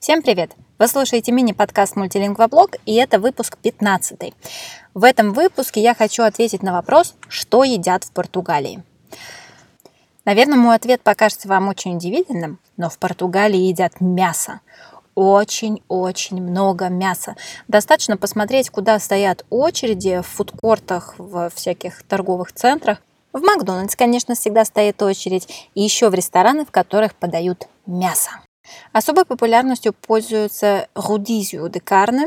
Всем привет! Вы слушаете мини-подкаст «Мультилингвоблог», и это выпуск 15. В этом выпуске я хочу ответить на вопрос, что едят в Португалии. Наверное, мой ответ покажется вам очень удивительным, но в Португалии едят мясо. Очень-очень много мяса. Достаточно посмотреть, куда стоят очереди в фудкортах, в всяких торговых центрах. В Макдональдс, конечно, всегда стоит очередь. И еще в рестораны, в которых подают мясо. Особой популярностью пользуется rodízio de carne.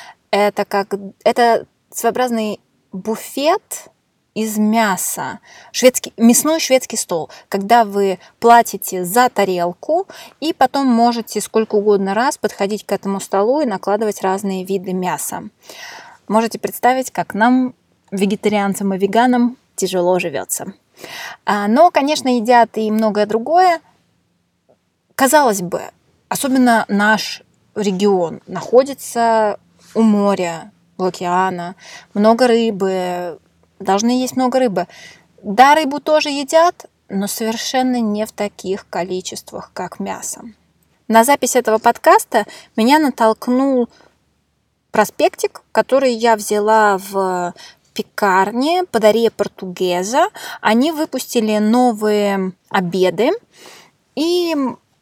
Это своеобразный буфет из мяса, мясной шведский стол, когда вы платите за тарелку и потом можете сколько угодно раз подходить к этому столу и накладывать разные виды мяса. Можете представить, как нам, вегетарианцам и веганам, тяжело живется. Но, конечно, едят и многое другое. Казалось бы, особенно наш регион находится у моря, у океана, много рыбы, должны есть много рыбы. Да, рыбу тоже едят, но совершенно не в таких количествах, как мясо. На запись этого подкаста меня натолкнул проспектик, который я взяла в пекарне Padaria Portuguesa. Они выпустили новые обеды, и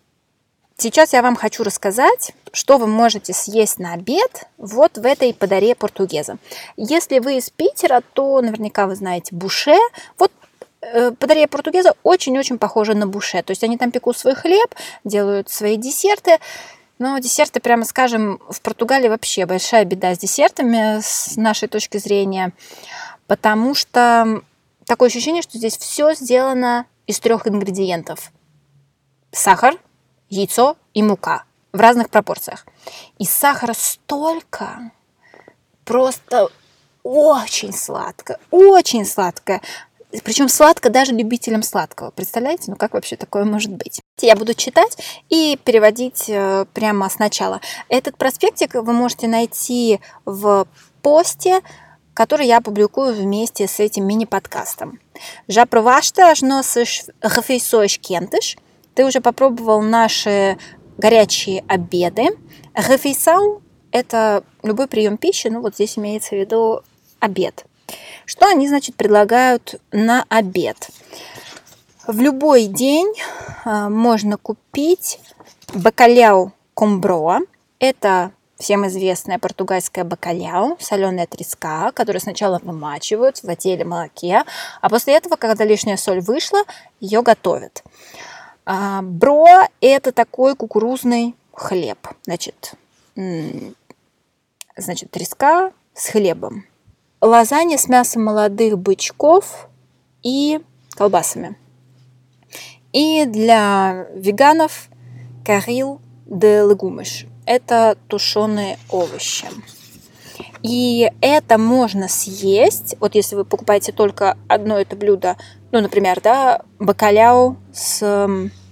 сейчас я вам хочу рассказать, что вы можете съесть на обед вот в этой Padaria Portuguesa. Если вы из Питера, то наверняка вы знаете буше. Вот Padaria Portuguesa очень-очень похожа на буше. То есть они там пекут свой хлеб, делают свои десерты. Но десерты, прямо скажем, в Португалии вообще большая беда с десертами с нашей точки зрения. Потому что такое ощущение, что здесь все сделано из 3 ингредиентов. Сахар, яйцо и мука в разных пропорциях. И сахара столько, просто очень сладко, очень сладко. Причем сладко даже любителям сладкого. Представляете, ну как вообще такое может быть? Я буду читать и переводить прямо сначала. Этот проспектик вы можете найти в посте, который я публикую вместе с этим мини-подкастом. Já provaste as nossas refeições quentes? Ты уже попробовал наши горячие обеды. Refeição – это любой прием пищи, ну вот здесь имеется в виду обед. Что они, значит, предлагают на обед? В любой день можно купить bacalhau com broa. Это всем известная португальская бакаляу, соленая треска, которую сначала вымачивают в воде или молоке, а после этого, когда лишняя соль вышла, ее готовят. Броа – это такой кукурузный хлеб. Значит, треска с хлебом. Лазанья с мясом молодых бычков и колбасами. И для веганов caril de legumes. Это тушеные овощи. И это можно съесть, вот если вы покупаете только одно это блюдо, ну, например, да, бакаляу с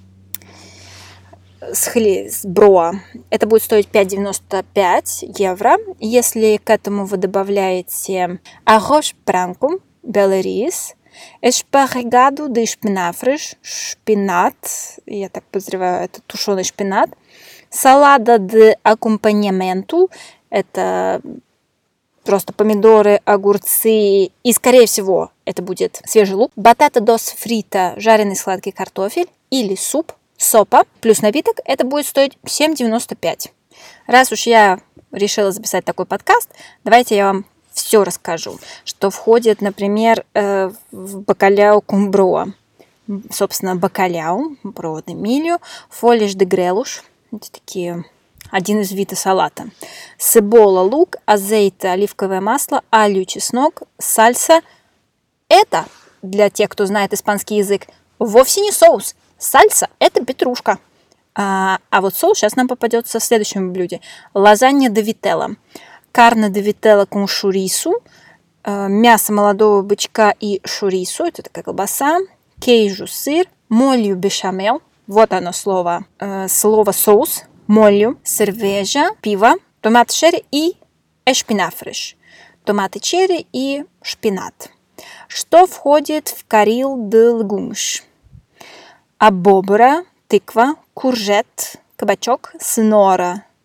броа. Это будет стоить 5,95 евро. Если к этому вы добавляете arroz branco, bel riz, esparregado de espinafres, шпинат, я так подозреваю, это тушеный шпинат, salada de acompanhamento, это просто помидоры, огурцы и, скорее всего, это будет свежий лук, batata doce frita, жареный сладкий картофель или суп, сопа плюс напиток, это будет стоить 7,95. Раз уж я решила записать такой подкаст, давайте я вам все расскажу, что входит, например, в bacalhau com broa. Собственно, bacalhau, broa de milho, folhas de grelos, это такие один из видов салата. Цибола, лук, азейт, оливковое масло, алью, чеснок, сальса. Это, для тех, кто знает испанский язык, вовсе не соус. Сальса – это петрушка. А вот соус сейчас нам попадется в следующем блюде. Лазанья де вителла. Карне де вителла con chouriço. Мясо молодого бычка и шурису. Это такая колбаса. Кейжу, сыр. Молью бешамел. Вот оно слово соус. Молью. Cerveja, пиво. Томат черри и espinafres. Томаты черри и шпинат. Что входит в caril de legumes? Абобра, тыква, куржет, кабачок, сенора,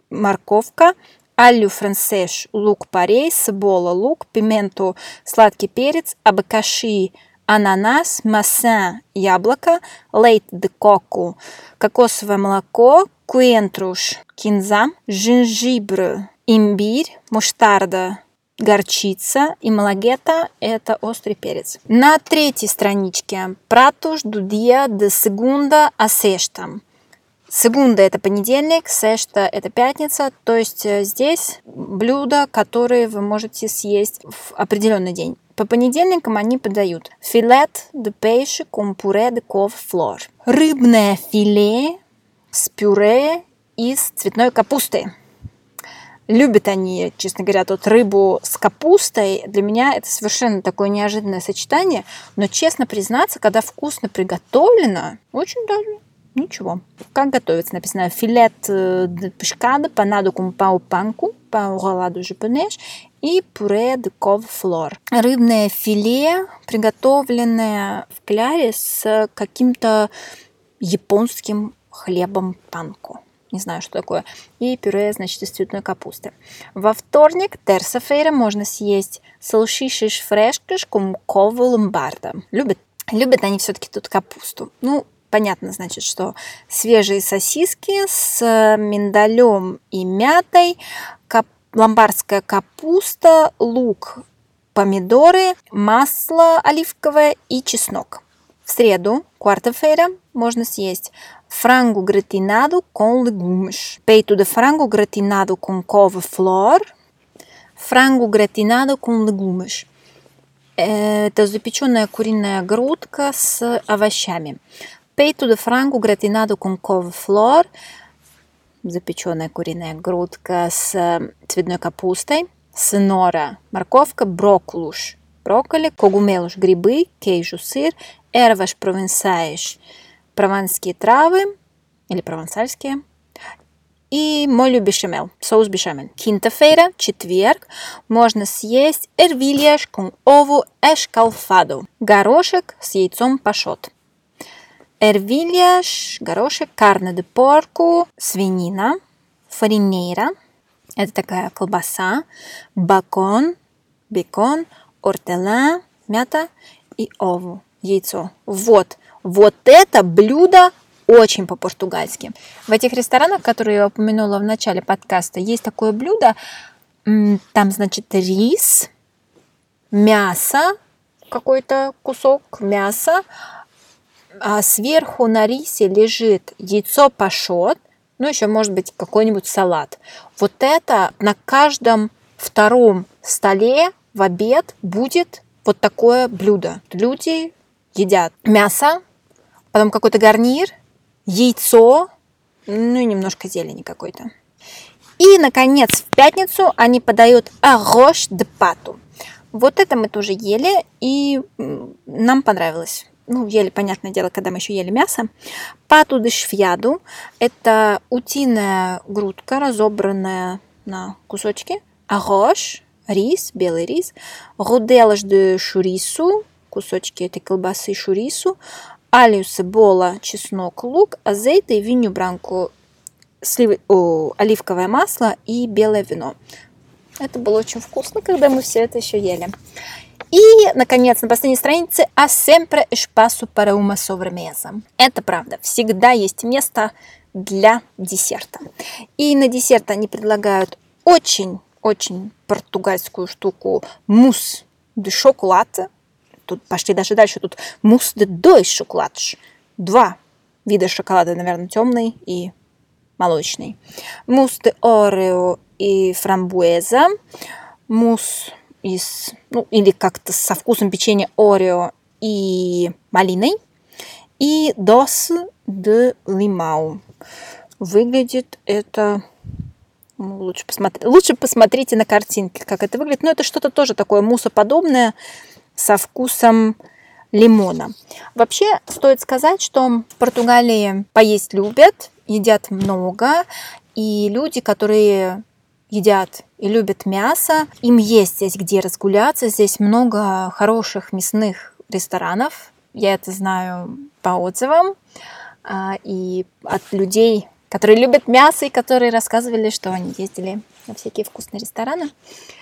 морковка, алью франсеш, лук-порей, цибола, лук, пименту, сладкий перец, абакаши, ананас, массан, яблоко, лейт де коку, кокосовое молоко, куэнтруш, кинза, жинжибр, имбирь, муштарда, горчица и малагета – это острый перец. На третьей страничке «Pratos do dia de segunda a sexta». Сегунда – это понедельник, сешта – это пятница, то есть здесь блюда, которые вы можете съесть в определенный день. По понедельникам они подают филет де пейше com puré de couve-flor. Рыбное филе с пюре из цветной капусты. Любят они, честно говоря, тут рыбу с капустой. Для меня это совершенно такое неожиданное сочетание. Но, честно признаться, когда вкусно приготовлено, очень даже ничего. Как готовится? Написано филет de pescado panado com pão panko, pão rolado japonês и пюре de couve-flor. Рыбное филе, приготовленное в кляре с каким-то японским хлебом панко. Не знаю, что такое. И пюре, значит, из цветной капусты. Во вторник, terça-feira, можно съесть salsichas frescas com couve lombarda. Любят они все-таки тут капусту. Ну, понятно, значит, что свежие сосиски с миндалем и мятой, ломбардская капуста, лук, помидоры, масло оливковое и чеснок. В среду, quarta-feira, можно съесть frango gratinado com legumes, peito de frango gratinado com couve-flor, frango gratinado com legumes. Это запеченная куриная грудка с овощами. Peito de frango gratinado com couve-flor, запеченная куриная грудка с цветной капустой, cenoura, морковка, brócolis, брокколи, cogumelos, грибы, queijo, сыр, ervas provençais, прованские травы или провансальские, и молью бешамел, соус бешамель. Quinta-feira, четверг, можно съесть ervilhas com ovo escalfado, горошек с яйцом пашот. Ervilhas, горошек, carne de porco, свинина, farinheira, это такая колбаса, bacon, бекон, hortelã, мята и ovo, яйцо. Вот это блюдо очень по-португальски. В этих ресторанах, которые я упомянула в начале подкаста, есть такое блюдо. Там, значит, рис, мясо, какой-то кусок мяса, а сверху на рисе лежит яйцо пашот, ну, еще, может быть, какой-нибудь салат. Вот это на каждом втором столе в обед будет вот такое блюдо. Люди едят мясо, потом какой-то гарнир, яйцо, ну и немножко зелени какой-то. И, наконец, в пятницу они подают arroz de pato. Вот это мы тоже ели, и нам понравилось. Ну, ели, понятное дело, когда мы еще ели мясо. Pato de desfiado – это утиная грудка, разобранная на кусочки. Arroz – рис, белый рис. Rodelas de chouriço – кусочки этой колбасы chouriço. Алью, цибола, чеснок, лук, азейта и винью бранку, оливковое масло и белое вино. Это было очень вкусно, когда мы все это еще ели. И, наконец, на последней странице «Há sempre espaço para uma sobremesa». Это правда, всегда есть место для десерта. И на десерт они предлагают очень португальскую штуку мусс де шоколад. Тут пошли даже дальше, тут мусс де dois chocolates. 2 вида шоколада, наверное, темный и молочный. Мусс де орео и фрамбуэза. Мусс из, ну, или как-то со вкусом печенья орео и малиной. И doce de limão. Выглядит это... Лучше посмотрите на картинке, как это выглядит. Но это что-то тоже такое муссоподобное со вкусом лимона. Вообще, стоит сказать, что в Португалии поесть любят, едят много. И люди, которые едят и любят мясо, им есть здесь где разгуляться. Здесь много хороших мясных ресторанов. Я это знаю по отзывам и от людей, которые любят мясо и которые рассказывали, что они ездили на всякие вкусные рестораны.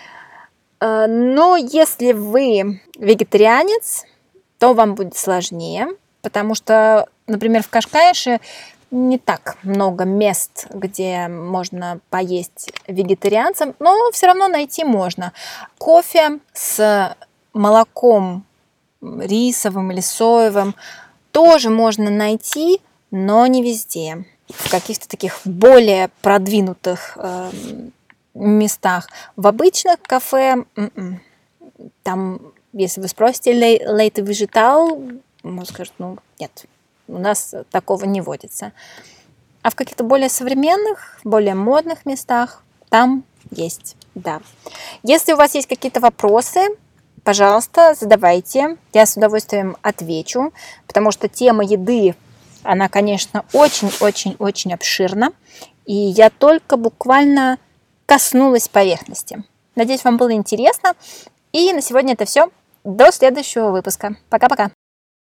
Но если вы вегетарианец, то вам будет сложнее, потому что, например, в Кашкайше не так много мест, где можно поесть вегетарианцам, но все равно найти можно. Кофе с молоком рисовым или соевым тоже можно найти, но не везде. В каких-то таких более продвинутых местах. В обычных кафе там, если вы спросите лейте вежитал, он скажет, нет, у нас такого не водится. А в каких-то более современных, более модных местах там есть, да. Если у вас есть какие-то вопросы, пожалуйста, задавайте. Я с удовольствием отвечу, потому что тема еды, она, конечно, очень-очень-очень обширна. И я только буквально коснулась поверхности. Надеюсь, вам было интересно. И на сегодня это все. До следующего выпуска. Пока-пока.